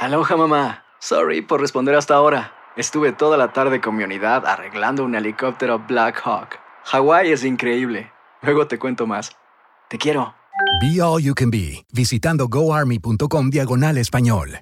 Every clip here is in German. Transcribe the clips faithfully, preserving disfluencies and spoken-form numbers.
Aloha, mamá. Sorry por responder hasta ahora. Estuve toda la tarde con mi unidad arreglando un helicóptero Black Hawk. Hawái es increíble. Luego te cuento más. Te quiero. Be All You Can Be, visitando goarmy.com diagonal español.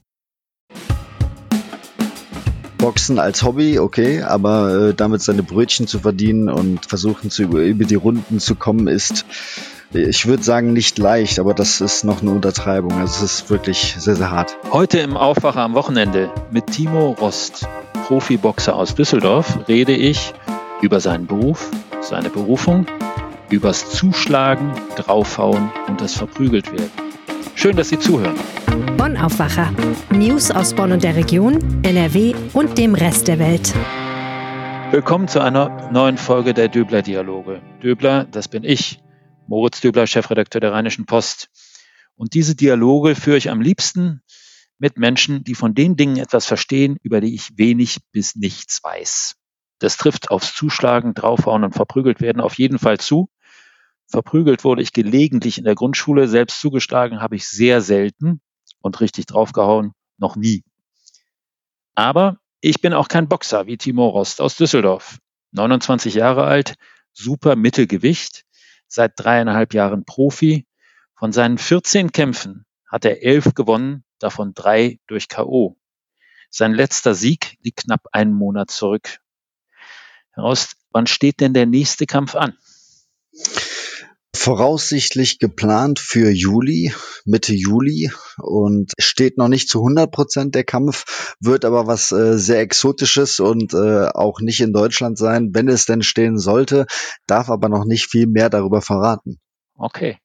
Boxen als Hobby, okay, aber äh, damit seine Brötchen zu verdienen und versuchen zu über, über die Runden zu kommen, ist, ich würde sagen, nicht leicht, aber das ist noch eine Untertreibung. Also es ist wirklich sehr, sehr hart. Heute im Aufwacher am Wochenende mit Timo Rost, Profiboxer aus Düsseldorf, rede ich über seinen Beruf, seine Berufung, übers Zuschlagen, Draufhauen und das Verprügeltwerden. Schön, dass Sie zuhören. Bonn Aufwacher. News aus Bonn und der Region, N R W und dem Rest der Welt. Willkommen zu einer neuen Folge der Döbler-Dialoge. Döbler, das bin ich, Moritz Döbler, Chefredakteur der Rheinischen Post. Und diese Dialoge führe ich am liebsten mit Menschen, die von den Dingen etwas verstehen, über die ich wenig bis nichts weiß. Das trifft aufs Zuschlagen, Draufhauen und verprügelt werden auf jeden Fall zu. Verprügelt wurde ich gelegentlich in der Grundschule, selbst zugeschlagen habe ich sehr selten und richtig draufgehauen noch nie. Aber ich bin auch kein Boxer wie Timo Rost aus Düsseldorf. neunundzwanzig Jahre alt, super Mittelgewicht, seit dreieinhalb Jahren Profi. Von seinen vierzehn Kämpfen hat er elf gewonnen, davon drei durch K O. Sein letzter Sieg liegt knapp einen Monat zurück. Herr Rost, wann steht denn der nächste Kampf an? Voraussichtlich geplant für Juli, Mitte Juli, und steht noch nicht zu hundert Prozent der Kampf, wird aber was äh, sehr Exotisches und äh, auch nicht in Deutschland sein, wenn es denn stehen sollte, darf aber noch nicht viel mehr darüber verraten. Okay.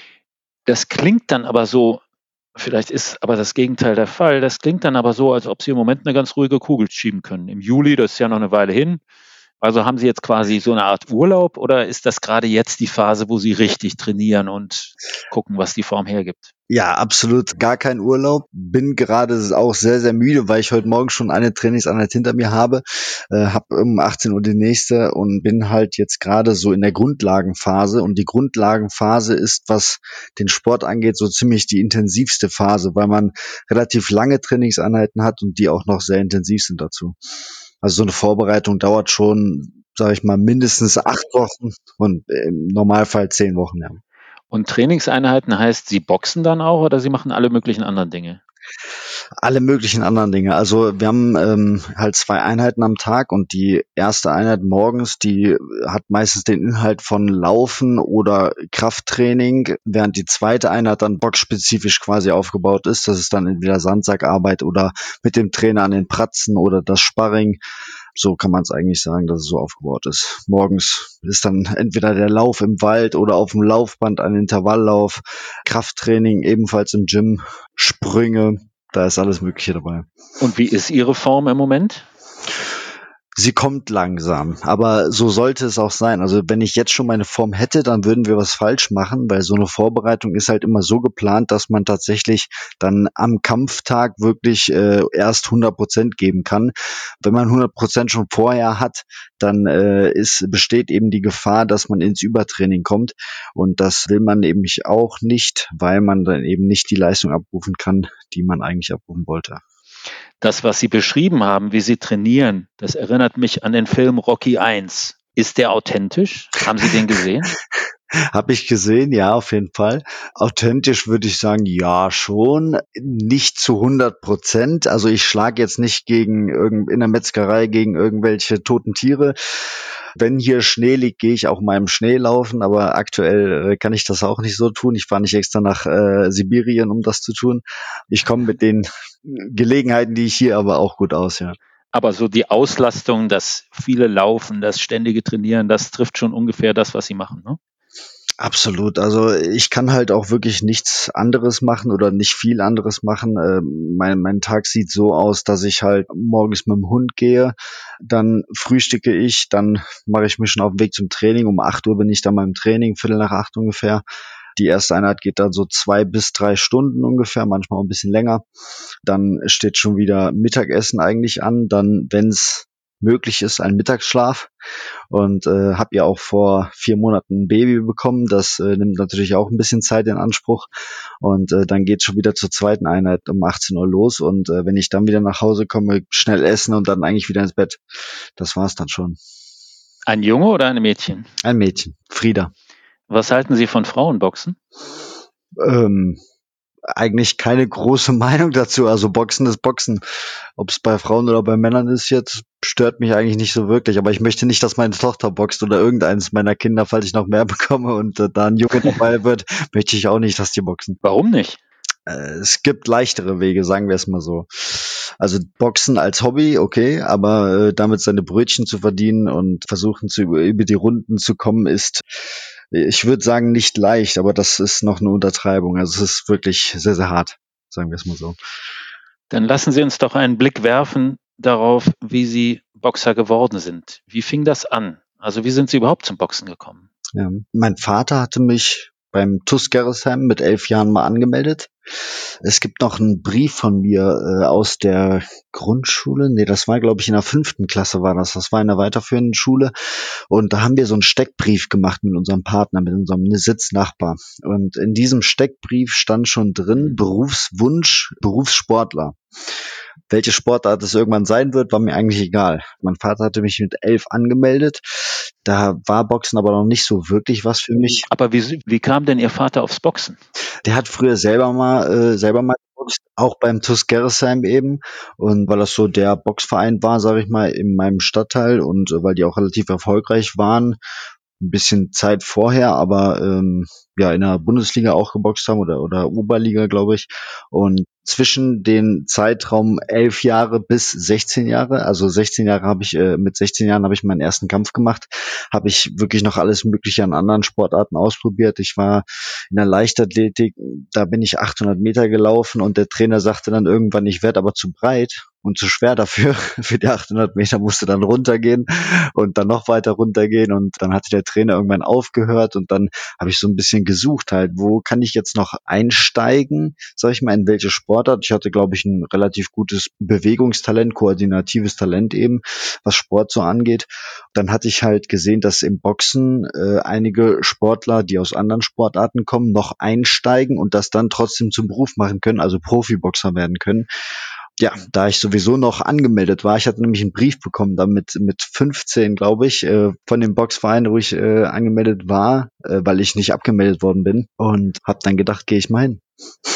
Das klingt dann aber so, vielleicht ist aber das Gegenteil der Fall, das klingt dann aber so, als ob Sie im Moment eine ganz ruhige Kugel schieben können. Im Juli, das ist ja noch eine Weile hin. Also haben Sie jetzt quasi so eine Art Urlaub oder ist das gerade jetzt die Phase, wo Sie richtig trainieren und gucken, was die Form hergibt? Ja, absolut gar kein Urlaub. Bin gerade auch sehr, sehr müde, weil ich heute Morgen schon eine Trainingseinheit hinter mir habe. Äh, hab um achtzehn Uhr die nächste und bin halt jetzt gerade so in der Grundlagenphase. Und die Grundlagenphase ist, was den Sport angeht, so ziemlich die intensivste Phase, weil man relativ lange Trainingseinheiten hat und die auch noch sehr intensiv sind dazu. Also so eine Vorbereitung dauert schon, sage ich mal, mindestens acht Wochen und im Normalfall zehn Wochen. Ja. Und Trainingseinheiten heißt, Sie boxen dann auch oder Sie machen alle möglichen anderen Dinge? Alle möglichen anderen Dinge. Also wir haben ähm, halt zwei Einheiten am Tag und die erste Einheit morgens, die hat meistens den Inhalt von Laufen oder Krafttraining, während die zweite Einheit dann boxspezifisch quasi aufgebaut ist. Das ist dann entweder Sandsackarbeit oder mit dem Trainer an den Pratzen oder das Sparring. So kann man es eigentlich sagen, dass es so aufgebaut ist. Morgens ist dann entweder der Lauf im Wald oder auf dem Laufband ein Intervalllauf, Krafttraining ebenfalls im Gym, Sprünge, da ist alles Mögliche dabei. Und wie ist Ihre Form im Moment? Sie kommt langsam, aber so sollte es auch sein. Also wenn ich jetzt schon meine Form hätte, dann würden wir was falsch machen, weil so eine Vorbereitung ist halt immer so geplant, dass man tatsächlich dann am Kampftag wirklich äh, erst hundert Prozent geben kann. Wenn man hundert Prozent schon vorher hat, dann äh, ist, besteht eben die Gefahr, dass man ins Übertraining kommt und das will man eben auch nicht, weil man dann eben nicht die Leistung abrufen kann, die man eigentlich abrufen wollte. Das, was Sie beschrieben haben, wie Sie trainieren, das erinnert mich an den Film Rocky eins. Ist der authentisch? Haben Sie den gesehen? Habe ich gesehen, ja, auf jeden Fall. Authentisch würde ich sagen, ja, schon. Nicht zu hundert Prozent. Also ich schlage jetzt nicht gegen irgend in der Metzgerei gegen irgendwelche toten Tiere. Wenn hier Schnee liegt, gehe ich auch mal im Schnee laufen, aber aktuell äh, kann ich das auch nicht so tun. Ich fahre nicht extra nach äh, Sibirien, um das zu tun. Ich komme mit den Gelegenheiten, die ich hier aber auch gut aus, ja. Aber so die Auslastung, das viele Laufen, das ständige Trainieren, das trifft schon ungefähr das, was Sie machen, ne? Absolut. Also ich kann halt auch wirklich nichts anderes machen oder nicht viel anderes machen. Ähm, mein, mein Tag sieht so aus, dass ich halt morgens mit dem Hund gehe, dann frühstücke ich, dann mache ich mich schon auf den Weg zum Training. Um acht Uhr bin ich dann beim Training, Viertel nach acht ungefähr. Die erste Einheit geht dann so zwei bis drei Stunden ungefähr, manchmal auch ein bisschen länger. Dann steht schon wieder Mittagessen eigentlich an. Dann, wenn es möglich ist, ein Mittagsschlaf. Und äh, habe ja auch vor vier Monaten ein Baby bekommen. Das äh, nimmt natürlich auch ein bisschen Zeit in Anspruch. Und äh, dann geht schon wieder zur zweiten Einheit um achtzehn Uhr los. Und äh, wenn ich dann wieder nach Hause komme, schnell essen und dann eigentlich wieder ins Bett. Das war's dann schon. Ein Junge oder ein Mädchen? Ein Mädchen, Frieda. Was halten Sie von Frauenboxen? Ähm, eigentlich keine große Meinung dazu. Also Boxen ist Boxen. Ob es bei Frauen oder bei Männern ist jetzt, stört mich eigentlich nicht so wirklich. Aber ich möchte nicht, dass meine Tochter boxt oder irgendeines meiner Kinder, falls ich noch mehr bekomme und äh, da ein Junge dabei wird, möchte ich auch nicht, dass die boxen. Warum nicht? Äh, es gibt leichtere Wege, sagen wir es mal so. Also Boxen als Hobby, okay, aber äh, damit seine Brötchen zu verdienen und versuchen zu über, über die Runden zu kommen, ist, ich würde sagen, nicht leicht, aber das ist noch eine Untertreibung. Also es ist wirklich sehr, sehr hart, sagen wir es mal so. Dann lassen Sie uns doch einen Blick werfen darauf, wie Sie Boxer geworden sind. Wie fing das an? Also wie sind Sie überhaupt zum Boxen gekommen? Ja, mein Vater hatte mich beim T U S Gerresheim mit elf Jahren mal angemeldet. Es gibt noch einen Brief von mir äh, aus der Grundschule. Nee, das war, glaube ich, in der fünften Klasse war das. Das war in der weiterführenden Schule. Und da haben wir so einen Steckbrief gemacht mit unserem Partner, mit unserem Sitznachbar. Und in diesem Steckbrief stand schon drin, Berufswunsch, Berufssportler. Welche Sportart es irgendwann sein wird, war mir eigentlich egal. Mein Vater hatte mich mit elf angemeldet. Da war Boxen aber noch nicht so wirklich was für mich. Aber wie, wie kam denn Ihr Vater aufs Boxen? Der hat früher selber mal äh, selber mal geboxt, auch beim T U S Gerresheim eben. Und weil das so der Boxverein war, sage ich mal, in meinem Stadtteil und äh, weil die auch relativ erfolgreich waren, ein bisschen Zeit vorher, aber ähm, ja in der Bundesliga auch geboxt haben oder oder Oberliga, glaube ich. Und zwischen den Zeitraum elf Jahre bis sechzehn Jahre, also sechzehn Jahre habe ich, äh, mit sechzehn Jahren habe ich meinen ersten Kampf gemacht, habe ich wirklich noch alles Mögliche an anderen Sportarten ausprobiert. Ich war in der Leichtathletik, da bin ich achthundert Meter gelaufen und der Trainer sagte dann irgendwann, ich werde aber zu breit und zu schwer dafür. Für die achthundert Meter musste dann runtergehen und dann noch weiter runtergehen und dann hatte der Trainer irgendwann aufgehört und dann habe ich so ein bisschen gesucht halt, wo kann ich jetzt noch einsteigen, sag ich mal, in welche Sportart. Ich hatte, glaube ich, ein relativ gutes Bewegungstalent, koordinatives Talent eben, was Sport so angeht. Dann hatte ich halt gesehen, dass im Boxen äh, einige Sportler, die aus anderen Sportarten kommen, noch einsteigen und das dann trotzdem zum Beruf machen können, also Profiboxer werden können. Ja, da ich sowieso noch angemeldet war, ich hatte nämlich einen Brief bekommen, damit mit fünfzehn, glaube ich, äh, von dem Boxverein, wo ich äh, angemeldet war, äh, weil ich nicht abgemeldet worden bin und habe dann gedacht, gehe ich mal hin.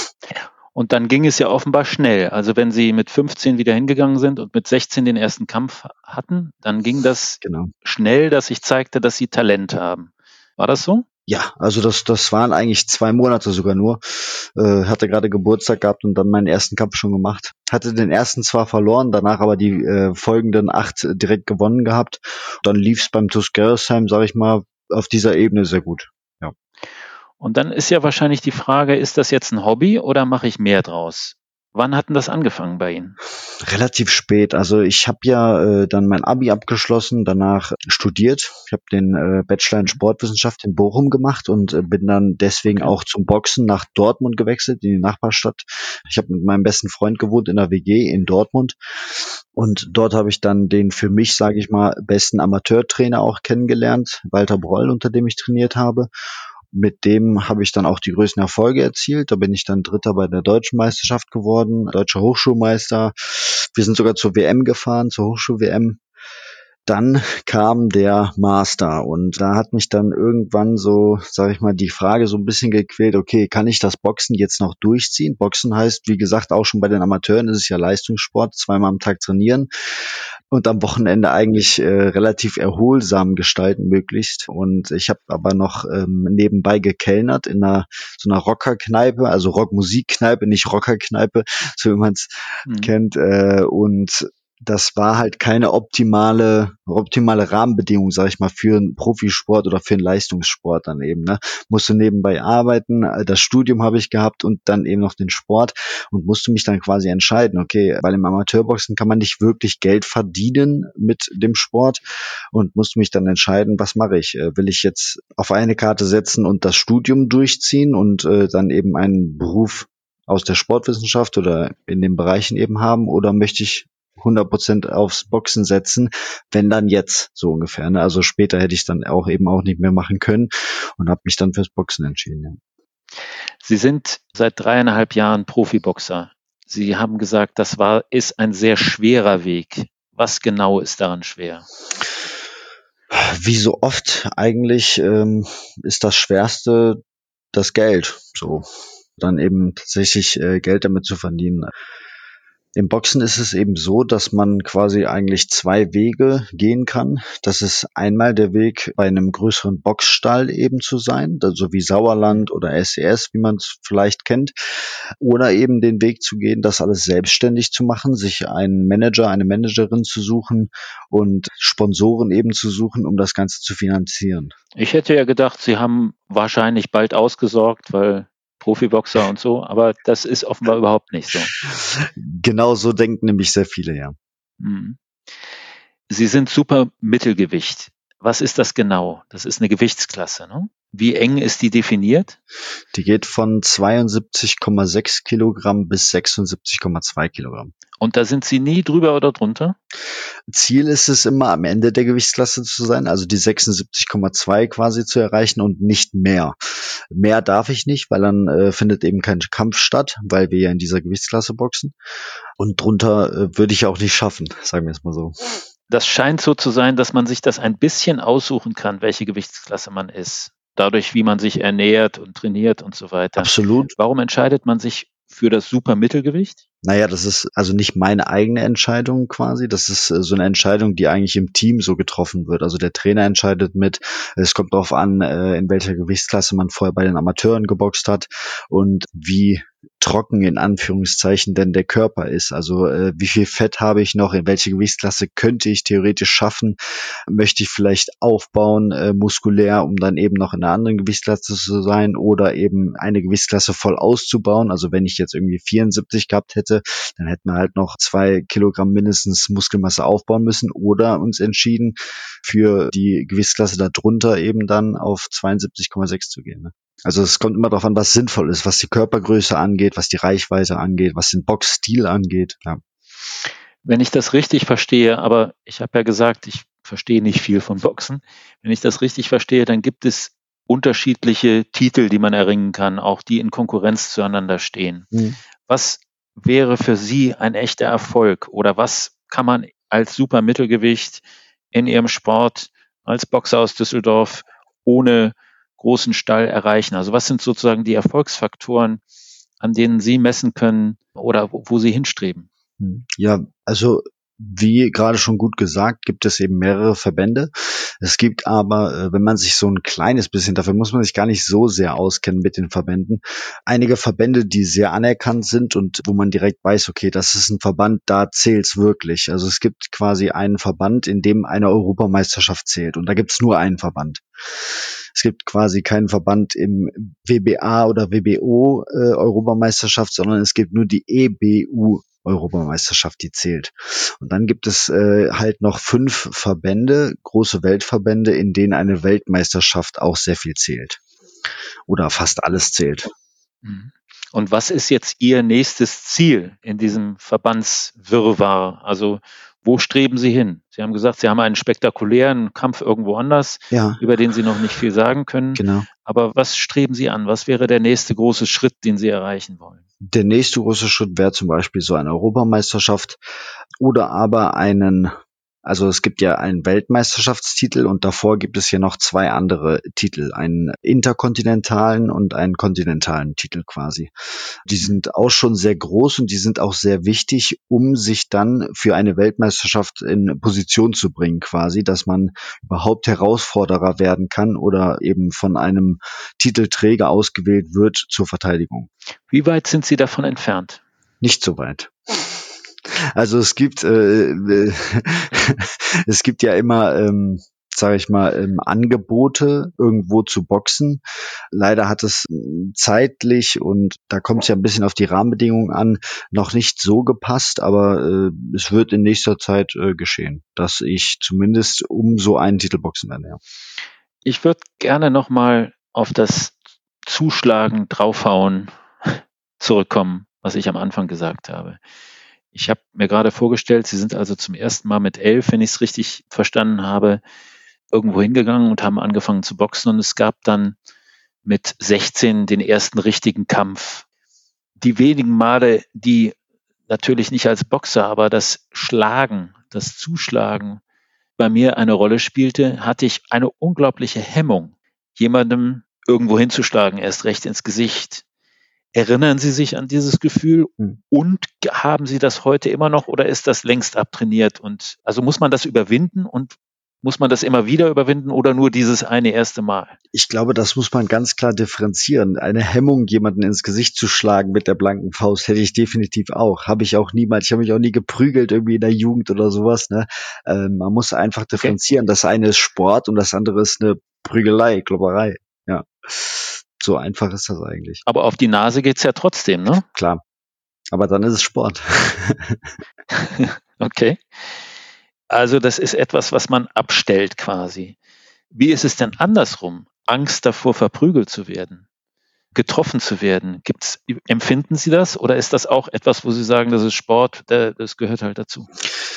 Und dann ging es ja offenbar schnell. Also wenn Sie mit fünfzehn wieder hingegangen sind und mit sechzehn den ersten Kampf hatten, dann ging das Genau. schnell, dass sich zeigte, dass Sie Talent haben. War das so? Ja, also das das waren eigentlich zwei Monate sogar nur. Äh, hatte gerade Geburtstag gehabt und dann meinen ersten Kampf schon gemacht. Hatte den ersten zwar verloren, danach aber die äh, folgenden acht direkt gewonnen gehabt. Dann lief's beim T U S Gerresheim, sage ich mal, auf dieser Ebene sehr gut. Ja. Und dann ist ja wahrscheinlich die Frage, ist das jetzt ein Hobby oder mache ich mehr draus? Wann hat denn das angefangen bei Ihnen? Relativ spät. Also ich habe ja äh, dann mein Abi abgeschlossen, danach studiert. Ich habe den äh, Bachelor in Sportwissenschaft in Bochum gemacht und äh, bin dann deswegen auch zum Boxen nach Dortmund gewechselt, in die Nachbarstadt. Ich habe mit meinem besten Freund gewohnt in der W G in Dortmund. Und dort habe ich dann den für mich, sage ich mal, besten Amateurtrainer auch kennengelernt, Walter Broll, unter dem ich trainiert habe. Mit dem habe ich dann auch die größten Erfolge erzielt. Da bin ich dann Dritter bei der Deutschen Meisterschaft geworden, Deutscher Hochschulmeister. Wir sind sogar zur W M gefahren, zur Hochschul-W M. Dann kam der Master und da hat mich dann irgendwann so, sage ich mal, die Frage so ein bisschen gequält, okay, kann ich das Boxen jetzt noch durchziehen? Boxen heißt, wie gesagt, auch schon bei den Amateuren ist es ja Leistungssport, zweimal am Tag trainieren und am Wochenende eigentlich äh, relativ erholsam gestalten möglichst. Und ich habe aber noch ähm, nebenbei gekellnert in einer so einer Rockerkneipe, also Rockmusikkneipe, nicht Rockerkneipe, so wie man es mhm. kennt. Äh, und das war halt keine optimale optimale Rahmenbedingung, sag ich mal, für einen Profisport oder für einen Leistungssport dann eben. Ne? Musste nebenbei arbeiten, das Studium habe ich gehabt und dann eben noch den Sport und musste mich dann quasi entscheiden, okay, weil im Amateurboxen kann man nicht wirklich Geld verdienen mit dem Sport und musste mich dann entscheiden, was mache ich? Will ich jetzt auf eine Karte setzen und das Studium durchziehen und äh, dann eben einen Beruf aus der Sportwissenschaft oder in den Bereichen eben haben oder möchte ich hundert Prozent aufs Boxen setzen, wenn dann jetzt, so ungefähr. Ne? Also später hätte ich dann auch eben auch nicht mehr machen können und habe mich dann fürs Boxen entschieden. Ja. Sie sind seit dreieinhalb Jahren Profiboxer. Sie haben gesagt, das war, ist ein sehr schwerer Weg. Was genau ist daran schwer? Wie so oft eigentlich ähm, ist das Schwerste das Geld. So, dann eben tatsächlich äh, Geld damit zu verdienen. Im Boxen ist es eben so, dass man quasi eigentlich zwei Wege gehen kann. Das ist einmal der Weg, bei einem größeren Boxstall eben zu sein, so wie Sauerland oder S C S, wie man es vielleicht kennt. Oder eben den Weg zu gehen, das alles selbstständig zu machen, sich einen Manager, eine Managerin zu suchen und Sponsoren eben zu suchen, um das Ganze zu finanzieren. Ich hätte ja gedacht, Sie haben wahrscheinlich bald ausgesorgt, weil Profiboxer und so, aber das ist offenbar überhaupt nicht so. Genau so denken nämlich sehr viele, ja. Mhm. Sie sind super Mittelgewicht. Was ist das genau? Das ist eine Gewichtsklasse, ne? Wie eng ist die definiert? Die geht von zweiundsiebzig Komma sechs Kilogramm bis sechsundsiebzig Komma zwei Kilogramm. Und da sind Sie nie drüber oder drunter? Ziel ist es immer, am Ende der Gewichtsklasse zu sein, also die sechsundsiebzig Komma zwei quasi zu erreichen und nicht mehr. Mehr darf ich nicht, weil dann äh, findet eben kein Kampf statt, weil wir ja in dieser Gewichtsklasse boxen. Und drunter äh, würde ich auch nicht schaffen, sagen wir es mal so. Das scheint so zu sein, dass man sich das ein bisschen aussuchen kann, welche Gewichtsklasse man ist. Dadurch, wie man sich ernährt und trainiert und so weiter. Absolut. Warum entscheidet man sich für das Supermittelgewicht? Naja, das ist also nicht meine eigene Entscheidung quasi. Das ist äh, so eine Entscheidung, die eigentlich im Team so getroffen wird. Also der Trainer entscheidet mit. Es kommt darauf an, äh, in welcher Gewichtsklasse man vorher bei den Amateuren geboxt hat und wie trocken in Anführungszeichen denn der Körper ist. Also äh, wie viel Fett habe ich noch, in welche Gewichtsklasse könnte ich theoretisch schaffen, möchte ich vielleicht aufbauen äh, muskulär, um dann eben noch in einer anderen Gewichtsklasse zu sein oder eben eine Gewichtsklasse voll auszubauen. Also wenn ich jetzt irgendwie vierundsiebzig gehabt hätte, dann hätten wir halt noch zwei Kilogramm mindestens Muskelmasse aufbauen müssen oder uns entschieden, für die Gewichtsklasse darunter eben dann auf zweiundsiebzig Komma sechs zu gehen. Ne? Also es kommt immer darauf an, was sinnvoll ist, was die Körpergröße angeht, was die Reichweite angeht, was den Boxstil angeht. Ja. Wenn ich das richtig verstehe, aber ich habe ja gesagt, ich verstehe nicht viel von Boxen. Wenn ich das richtig verstehe, dann gibt es unterschiedliche Titel, die man erringen kann, auch die in Konkurrenz zueinander stehen. Mhm. Was wäre für Sie ein echter Erfolg oder was kann man als Supermittelgewicht in Ihrem Sport als Boxer aus Düsseldorf ohne großen Stall erreichen? Also was sind sozusagen die Erfolgsfaktoren, an denen Sie messen können oder wo, wo Sie hinstreben? Ja, also wie gerade schon gut gesagt, gibt es eben mehrere Verbände. Es gibt aber, wenn man sich so ein kleines bisschen, dafür muss man sich gar nicht so sehr auskennen mit den Verbänden, einige Verbände, die sehr anerkannt sind und wo man direkt weiß, okay, das ist ein Verband, da zählt's wirklich. Also es gibt quasi einen Verband, in dem eine Europameisterschaft zählt und da gibt's nur einen Verband. Es gibt quasi keinen Verband im W B A oder W B O äh, Europameisterschaft, sondern es gibt nur die E B U Europameisterschaft, die zählt. Und dann gibt es äh, halt noch fünf Verbände, große Weltverbände, in denen eine Weltmeisterschaft auch sehr viel zählt. Oder fast alles zählt. Und was ist jetzt Ihr nächstes Ziel in diesem Verbandswirrwarr? Also wo streben Sie hin? Sie haben gesagt, Sie haben einen spektakulären Kampf irgendwo anders, ja, über den Sie noch nicht viel sagen können. Genau. Aber was streben Sie an? Was wäre der nächste große Schritt, den Sie erreichen wollen? Der nächste große Schritt wäre zum Beispiel so eine Europameisterschaft oder aber einen, also es gibt ja einen Weltmeisterschaftstitel und davor gibt es hier noch zwei andere Titel, einen interkontinentalen und einen kontinentalen Titel quasi. Die sind auch schon sehr groß und die sind auch sehr wichtig, um sich dann für eine Weltmeisterschaft in Position zu bringen quasi, dass man überhaupt Herausforderer werden kann oder eben von einem Titelträger ausgewählt wird zur Verteidigung. Wie weit sind Sie davon entfernt? Nicht so weit. Also es gibt äh, äh, es gibt ja immer, ähm, sage ich mal, ähm, Angebote, irgendwo zu boxen. Leider hat es zeitlich, und da kommt es ja ein bisschen auf die Rahmenbedingungen an, noch nicht so gepasst, aber äh, es wird in nächster Zeit äh, geschehen, dass ich zumindest um so einen Titel boxen werde. Ja. Ich würde gerne nochmal auf das Zuschlagen, draufhauen zurückkommen, was ich am Anfang gesagt habe. Ich habe mir gerade vorgestellt, Sie sind also zum ersten Mal mit elf, wenn ich es richtig verstanden habe, irgendwo hingegangen und haben angefangen zu boxen und es gab dann mit sechzehn den ersten richtigen Kampf. Die wenigen Male, die natürlich nicht als Boxer, aber das Schlagen, das Zuschlagen bei mir eine Rolle spielte, hatte ich eine unglaubliche Hemmung, jemandem irgendwo hinzuschlagen, erst recht ins Gesicht. Erinnern Sie sich an dieses Gefühl und haben Sie das heute immer noch oder ist das längst abtrainiert? Und also muss man das überwinden und muss man das immer wieder überwinden oder nur dieses eine erste Mal? Ich glaube, das muss man ganz klar differenzieren. Eine Hemmung, jemanden ins Gesicht zu schlagen mit der blanken Faust, hätte ich definitiv auch. Habe ich auch niemals. Ich habe mich auch nie geprügelt irgendwie in der Jugend oder sowas. Ne? Ähm, man muss einfach differenzieren. Okay. Das eine ist Sport und das andere ist eine Prügelei, Klopperei. Ja, so einfach ist das eigentlich. Aber auf die Nase geht's ja trotzdem, ne? Klar. Aber dann ist es Sport. Okay. Also das ist etwas, was man abstellt quasi. Wie ist es denn andersrum? Angst davor, verprügelt zu werden, getroffen zu werden. Gibt's, empfinden Sie das oder ist das auch etwas, wo Sie sagen, das ist Sport, das gehört halt dazu?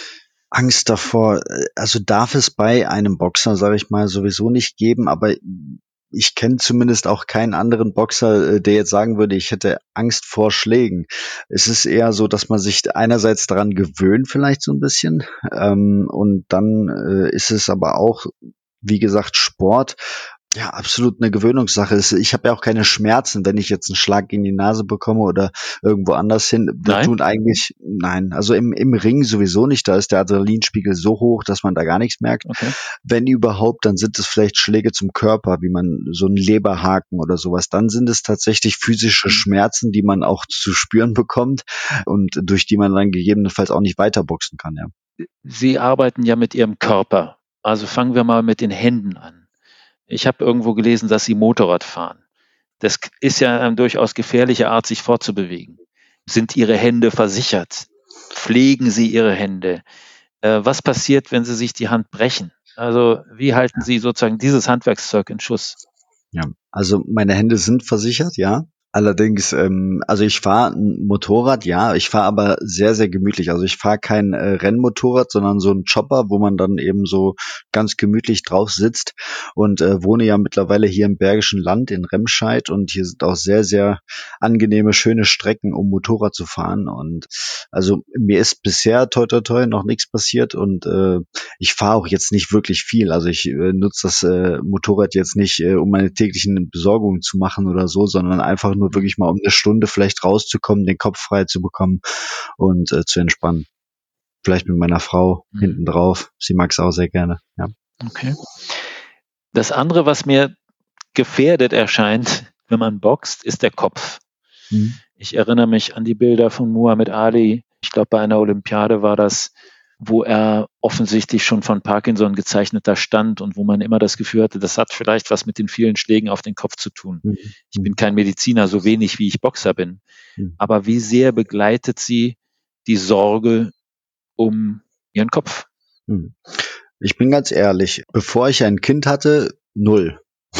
Angst davor, also darf es bei einem Boxer, sage ich mal, sowieso nicht geben, aber ich kenne zumindest auch keinen anderen Boxer, der jetzt sagen würde, ich hätte Angst vor Schlägen. Es ist eher so, dass man sich einerseits daran gewöhnt vielleicht so ein bisschen ähm, und dann äh, ist es aber auch, wie gesagt, Sport. Ja, absolut eine Gewöhnungssache. Ich habe ja auch keine Schmerzen, wenn ich jetzt einen Schlag in die Nase bekomme oder irgendwo anders hin. Nein? Tun eigentlich, nein, also im, im Ring sowieso nicht. Da ist der Adrenalinspiegel so hoch, dass man da gar nichts merkt. Okay. Wenn überhaupt, dann sind es vielleicht Schläge zum Körper, wie man so einen Leberhaken oder sowas. Dann sind es tatsächlich physische Schmerzen, die man auch zu spüren bekommt und durch die man dann gegebenenfalls auch nicht weiterboxen kann. Ja. Sie arbeiten ja mit Ihrem Körper. Also fangen wir mal mit den Händen an. Ich habe irgendwo gelesen, dass Sie Motorrad fahren. Das ist ja eine durchaus gefährliche Art, sich fortzubewegen. Sind Ihre Hände versichert? Pflegen Sie Ihre Hände? Äh, was passiert, wenn Sie sich die Hand brechen? Also wie halten Sie sozusagen dieses Handwerkszeug in Schuss? Ja, also meine Hände sind versichert, ja. Allerdings, ähm, also ich fahre ein Motorrad, ja, ich fahre aber sehr, sehr gemütlich. Also ich fahre kein äh, Rennmotorrad, sondern so ein Chopper, wo man dann eben so ganz gemütlich drauf sitzt und äh, wohne ja mittlerweile hier im Bergischen Land in Remscheid und hier sind auch sehr, sehr angenehme, schöne Strecken, um Motorrad zu fahren und also mir ist bisher toi toi toi noch nichts passiert und äh, ich fahre auch jetzt nicht wirklich viel. Also ich äh, nutze das äh, Motorrad jetzt nicht, äh, um meine täglichen Besorgungen zu machen oder so, sondern einfach nur wirklich mal um eine Stunde vielleicht rauszukommen, den Kopf frei zu bekommen und äh, zu entspannen. Vielleicht mit meiner Frau mhm. hinten drauf. Sie mag es auch sehr gerne. Ja. Okay. Das andere, was mir gefährdet erscheint, wenn man boxt, ist der Kopf. Mhm. Ich erinnere mich an die Bilder von Muhammad Ali. Ich glaube, bei einer Olympiade war das, wo er offensichtlich schon von Parkinson gezeichneter stand und wo man immer das Gefühl hatte, das hat vielleicht was mit den vielen Schlägen auf den Kopf zu tun. Mhm. Ich bin kein Mediziner, so wenig wie ich Boxer bin. Mhm. Aber wie sehr begleitet Sie die Sorge um Ihren Kopf? Mhm. Ich bin ganz ehrlich, bevor ich ein Kind hatte, null.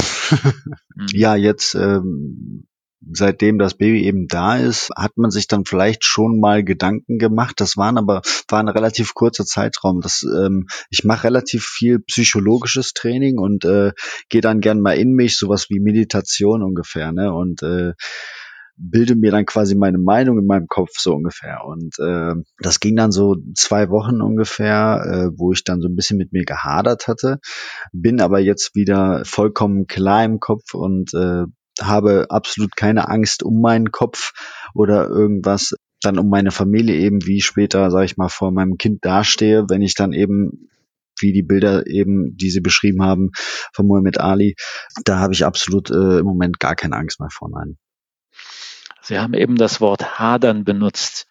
mhm. Ja, jetzt ähm, seitdem das Baby eben da ist, hat man sich dann vielleicht schon mal Gedanken gemacht. Das waren aber war ein relativ kurzer Zeitraum. Das, ähm, ich mache relativ viel psychologisches Training und äh, gehe dann gern mal in mich, sowas wie Meditation ungefähr, ne? Und äh, bilde mir dann quasi meine Meinung in meinem Kopf so ungefähr. Und äh, das ging dann so zwei Wochen ungefähr, äh, wo ich dann so ein bisschen mit mir gehadert hatte, bin aber jetzt wieder vollkommen klar im Kopf und äh, habe absolut keine Angst um meinen Kopf oder irgendwas, dann um meine Familie eben, wie später, sage ich mal, vor meinem Kind dastehe, wenn ich dann eben, wie die Bilder eben, die Sie beschrieben haben, von Muhammad Ali, da habe ich absolut äh, im Moment gar keine Angst mehr vor, nein. Sie haben eben das Wort hadern benutzt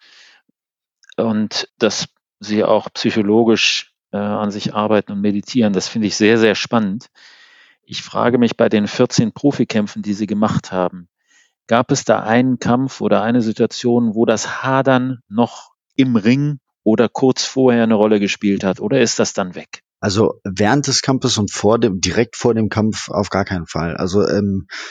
und dass Sie auch psychologisch äh, an sich arbeiten und meditieren, das finde ich sehr, sehr spannend. Ich frage mich bei den vierzehn Profikämpfen, die Sie gemacht haben, gab es da einen Kampf oder eine Situation, wo das Hadern noch im Ring oder kurz vorher eine Rolle gespielt hat? Oder ist das dann weg? Also während des Kampfes und vor dem, direkt vor dem Kampf auf gar keinen Fall. Also ähm,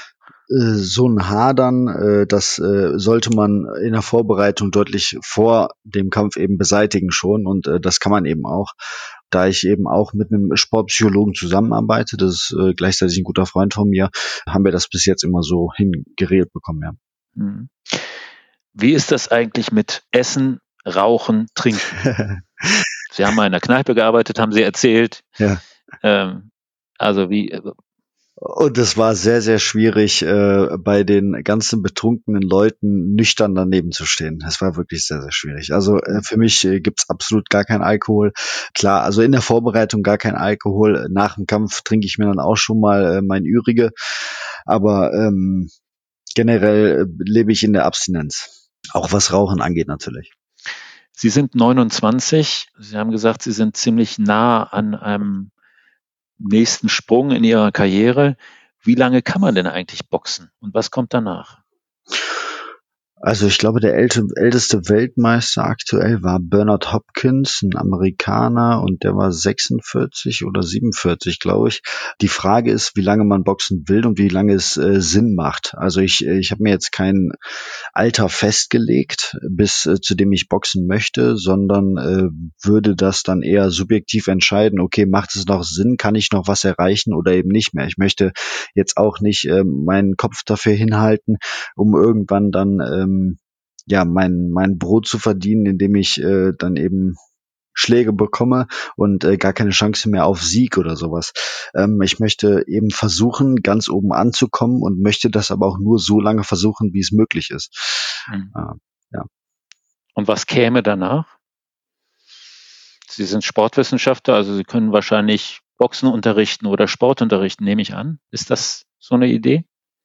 äh, so ein Hadern, äh, das äh, sollte man in der Vorbereitung deutlich vor dem Kampf eben beseitigen schon und äh, das kann man eben auch. Da ich eben auch mit einem Sportpsychologen zusammenarbeite, das ist äh, gleichzeitig ein guter Freund von mir, haben wir das bis jetzt immer so hingeregelt bekommen, ja. Mhm. Wie ist das eigentlich mit Essen, Rauchen, Trinken? Sie haben mal in der Kneipe gearbeitet, haben Sie erzählt. Ja. Ähm, also wie... Und es war sehr, sehr schwierig, äh, bei den ganzen betrunkenen Leuten nüchtern daneben zu stehen. Es war wirklich sehr, sehr schwierig. Also äh, für mich äh, gibt's absolut gar keinen Alkohol. Klar, also in der Vorbereitung gar kein Alkohol. Nach dem Kampf trinke ich mir dann auch schon mal äh, mein Ürige. Aber ähm, generell äh, lebe ich in der Abstinenz. Auch was Rauchen angeht natürlich. Sie sind neunundzwanzig. Sie haben gesagt, Sie sind ziemlich nah an einem nächsten Sprung in Ihrer Karriere. Wie lange kann man denn eigentlich boxen und was kommt danach? Also ich glaube, der älte, älteste Weltmeister aktuell war Bernard Hopkins, ein Amerikaner, und der war sechsundvierzig oder siebenundvierzig, glaube ich. Die Frage ist, wie lange man boxen will und wie lange es äh, Sinn macht. Also ich, ich habe mir jetzt kein Alter festgelegt, bis äh, zu dem ich boxen möchte, sondern äh, würde das dann eher subjektiv entscheiden, okay, macht es noch Sinn, kann ich noch was erreichen oder eben nicht mehr. Ich möchte jetzt auch nicht äh, meinen Kopf dafür hinhalten, um irgendwann dann ähm, ja mein mein Brot zu verdienen, indem ich äh, dann eben Schläge bekomme und äh, gar keine Chance mehr auf Sieg oder sowas. Ähm, ich möchte eben versuchen, ganz oben anzukommen und möchte das aber auch nur so lange versuchen, wie es möglich ist. Mhm. Äh, ja. Und was käme danach? Sie sind Sportwissenschaftler, also Sie können wahrscheinlich Boxen unterrichten oder Sport unterrichten, nehme ich an. Ist das so eine Idee?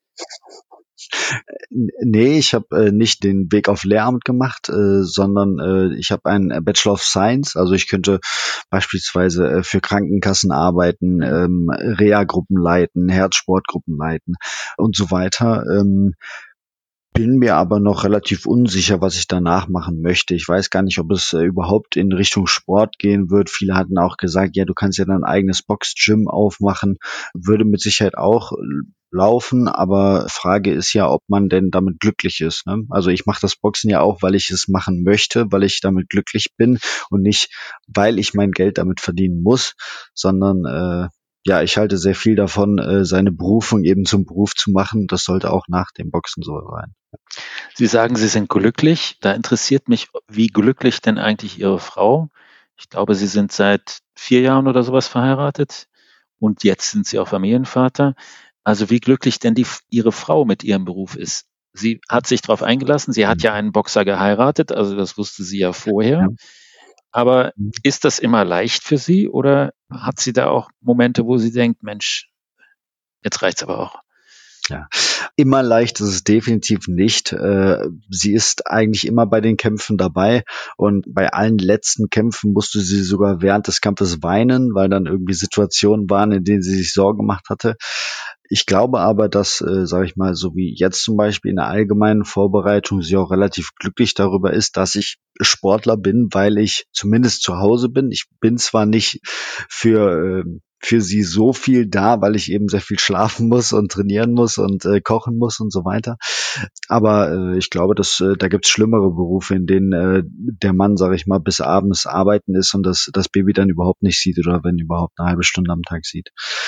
Nee, ich habe äh, nicht den Weg auf Lehramt gemacht, äh, sondern äh, ich habe einen Bachelor of Science. Also ich könnte beispielsweise äh, für Krankenkassen arbeiten, ähm, Reha-Gruppen leiten, Herzsportgruppen leiten und so weiter. Ähm, bin mir aber noch relativ unsicher, was ich danach machen möchte. Ich weiß gar nicht, ob es äh, überhaupt in Richtung Sport gehen wird. Viele hatten auch gesagt, ja, du kannst ja dein eigenes Box-Gym aufmachen. Würde mit Sicherheit auch laufen, aber Frage ist ja, ob man denn damit glücklich ist. Ne? Also ich mache das Boxen ja auch, weil ich es machen möchte, weil ich damit glücklich bin und nicht, weil ich mein Geld damit verdienen muss, sondern äh, ja, ich halte sehr viel davon, äh, seine Berufung eben zum Beruf zu machen. Das sollte auch nach dem Boxen so sein. Sie sagen, Sie sind glücklich. Da interessiert mich, wie glücklich denn eigentlich Ihre Frau? Ich glaube, Sie sind seit vier Jahren oder sowas verheiratet und jetzt sind Sie auch Familienvater. Also wie glücklich denn die, Ihre Frau mit ihrem Beruf ist. Sie hat sich darauf eingelassen. Sie hat ja einen Boxer geheiratet, also das wusste sie ja vorher. Ja. Aber ist das immer leicht für Sie oder hat sie da auch Momente, wo sie denkt, Mensch, jetzt reicht's aber auch? Ja, immer leicht ist es definitiv nicht. Äh, sie ist eigentlich immer bei den Kämpfen dabei und bei allen letzten Kämpfen musste sie sogar während des Kampfes weinen, weil dann irgendwie Situationen waren, in denen sie sich Sorgen gemacht hatte. Ich glaube aber, dass, äh, sage ich mal, so wie jetzt zum Beispiel in der allgemeinen Vorbereitung, sie auch relativ glücklich darüber ist, dass ich Sportler bin, weil ich zumindest zu Hause bin. Ich bin zwar nicht für äh, für sie so viel da, weil ich eben sehr viel schlafen muss und trainieren muss und äh, kochen muss und so weiter. Aber äh, ich glaube, dass äh, da gibt's schlimmere Berufe, in denen äh, der Mann, sage ich mal, bis abends arbeiten ist und das, das Baby dann überhaupt nicht sieht oder wenn überhaupt eine halbe Stunde am Tag sieht.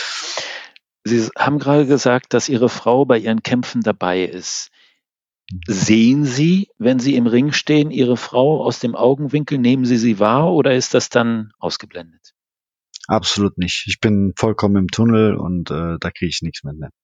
Sie haben gerade gesagt, dass Ihre Frau bei Ihren Kämpfen dabei ist. Sehen Sie, wenn Sie im Ring stehen, Ihre Frau aus dem Augenwinkel? Nehmen Sie sie wahr oder ist das dann ausgeblendet? Absolut nicht. Ich bin vollkommen im Tunnel und äh, da kriege ich nichts mehr mit.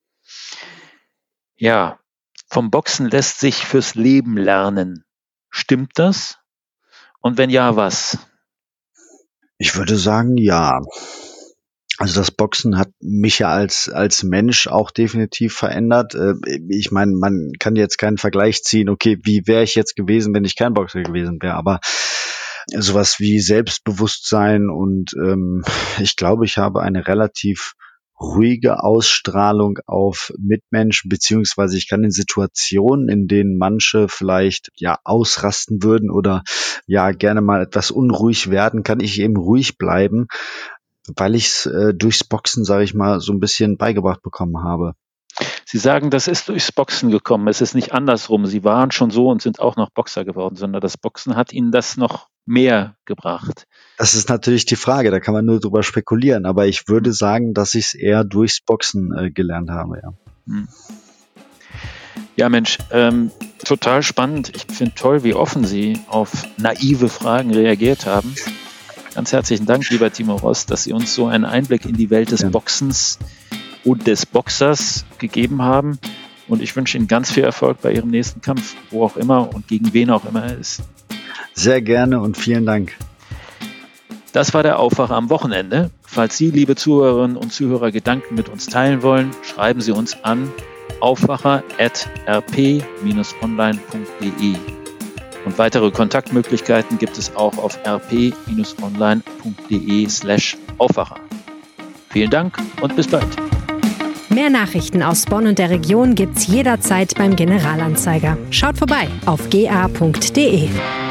Ja, vom Boxen lässt sich fürs Leben lernen. Stimmt das? Und wenn ja, was? Ich würde sagen, ja. Also das Boxen hat mich ja als als Mensch auch definitiv verändert. Ich meine, man kann jetzt keinen Vergleich ziehen, okay, wie wäre ich jetzt gewesen, wenn ich kein Boxer gewesen wäre, aber sowas wie Selbstbewusstsein und ähm, ich glaube, ich habe eine relativ ruhige Ausstrahlung auf Mitmenschen, beziehungsweise ich kann in Situationen, in denen manche vielleicht ja ausrasten würden oder ja gerne mal etwas unruhig werden, kann ich eben ruhig bleiben, weil ich es äh, durchs Boxen, sage ich mal, so ein bisschen beigebracht bekommen habe. Sie sagen, das ist durchs Boxen gekommen. Es ist nicht andersrum. Sie waren schon so und sind auch noch Boxer geworden, sondern das Boxen hat Ihnen das noch mehr gebracht. Das ist natürlich die Frage, da kann man nur drüber spekulieren. Aber ich würde sagen, dass ich es eher durchs Boxen äh, gelernt habe, ja. Hm. Ja, Mensch, ähm, total spannend. Ich finde toll, wie offen Sie auf naive Fragen reagiert haben. Ganz herzlichen Dank, lieber Timo Rost, dass Sie uns so einen Einblick in die Welt des ja. Boxens und des Boxers gegeben haben. Und ich wünsche Ihnen ganz viel Erfolg bei Ihrem nächsten Kampf, wo auch immer und gegen wen auch immer er ist. Sehr gerne und vielen Dank. Das war der Aufwacher am Wochenende. Falls Sie, liebe Zuhörerinnen und Zuhörer, Gedanken mit uns teilen wollen, schreiben Sie uns an aufwacher at r p dash online punkt d e. Und weitere Kontaktmöglichkeiten gibt es auch auf r p dash online punkt d e slash aufwacher. Vielen Dank und bis bald. Mehr Nachrichten aus Bonn und der Region gibt's jederzeit beim Generalanzeiger. Schaut vorbei auf g a punkt d e.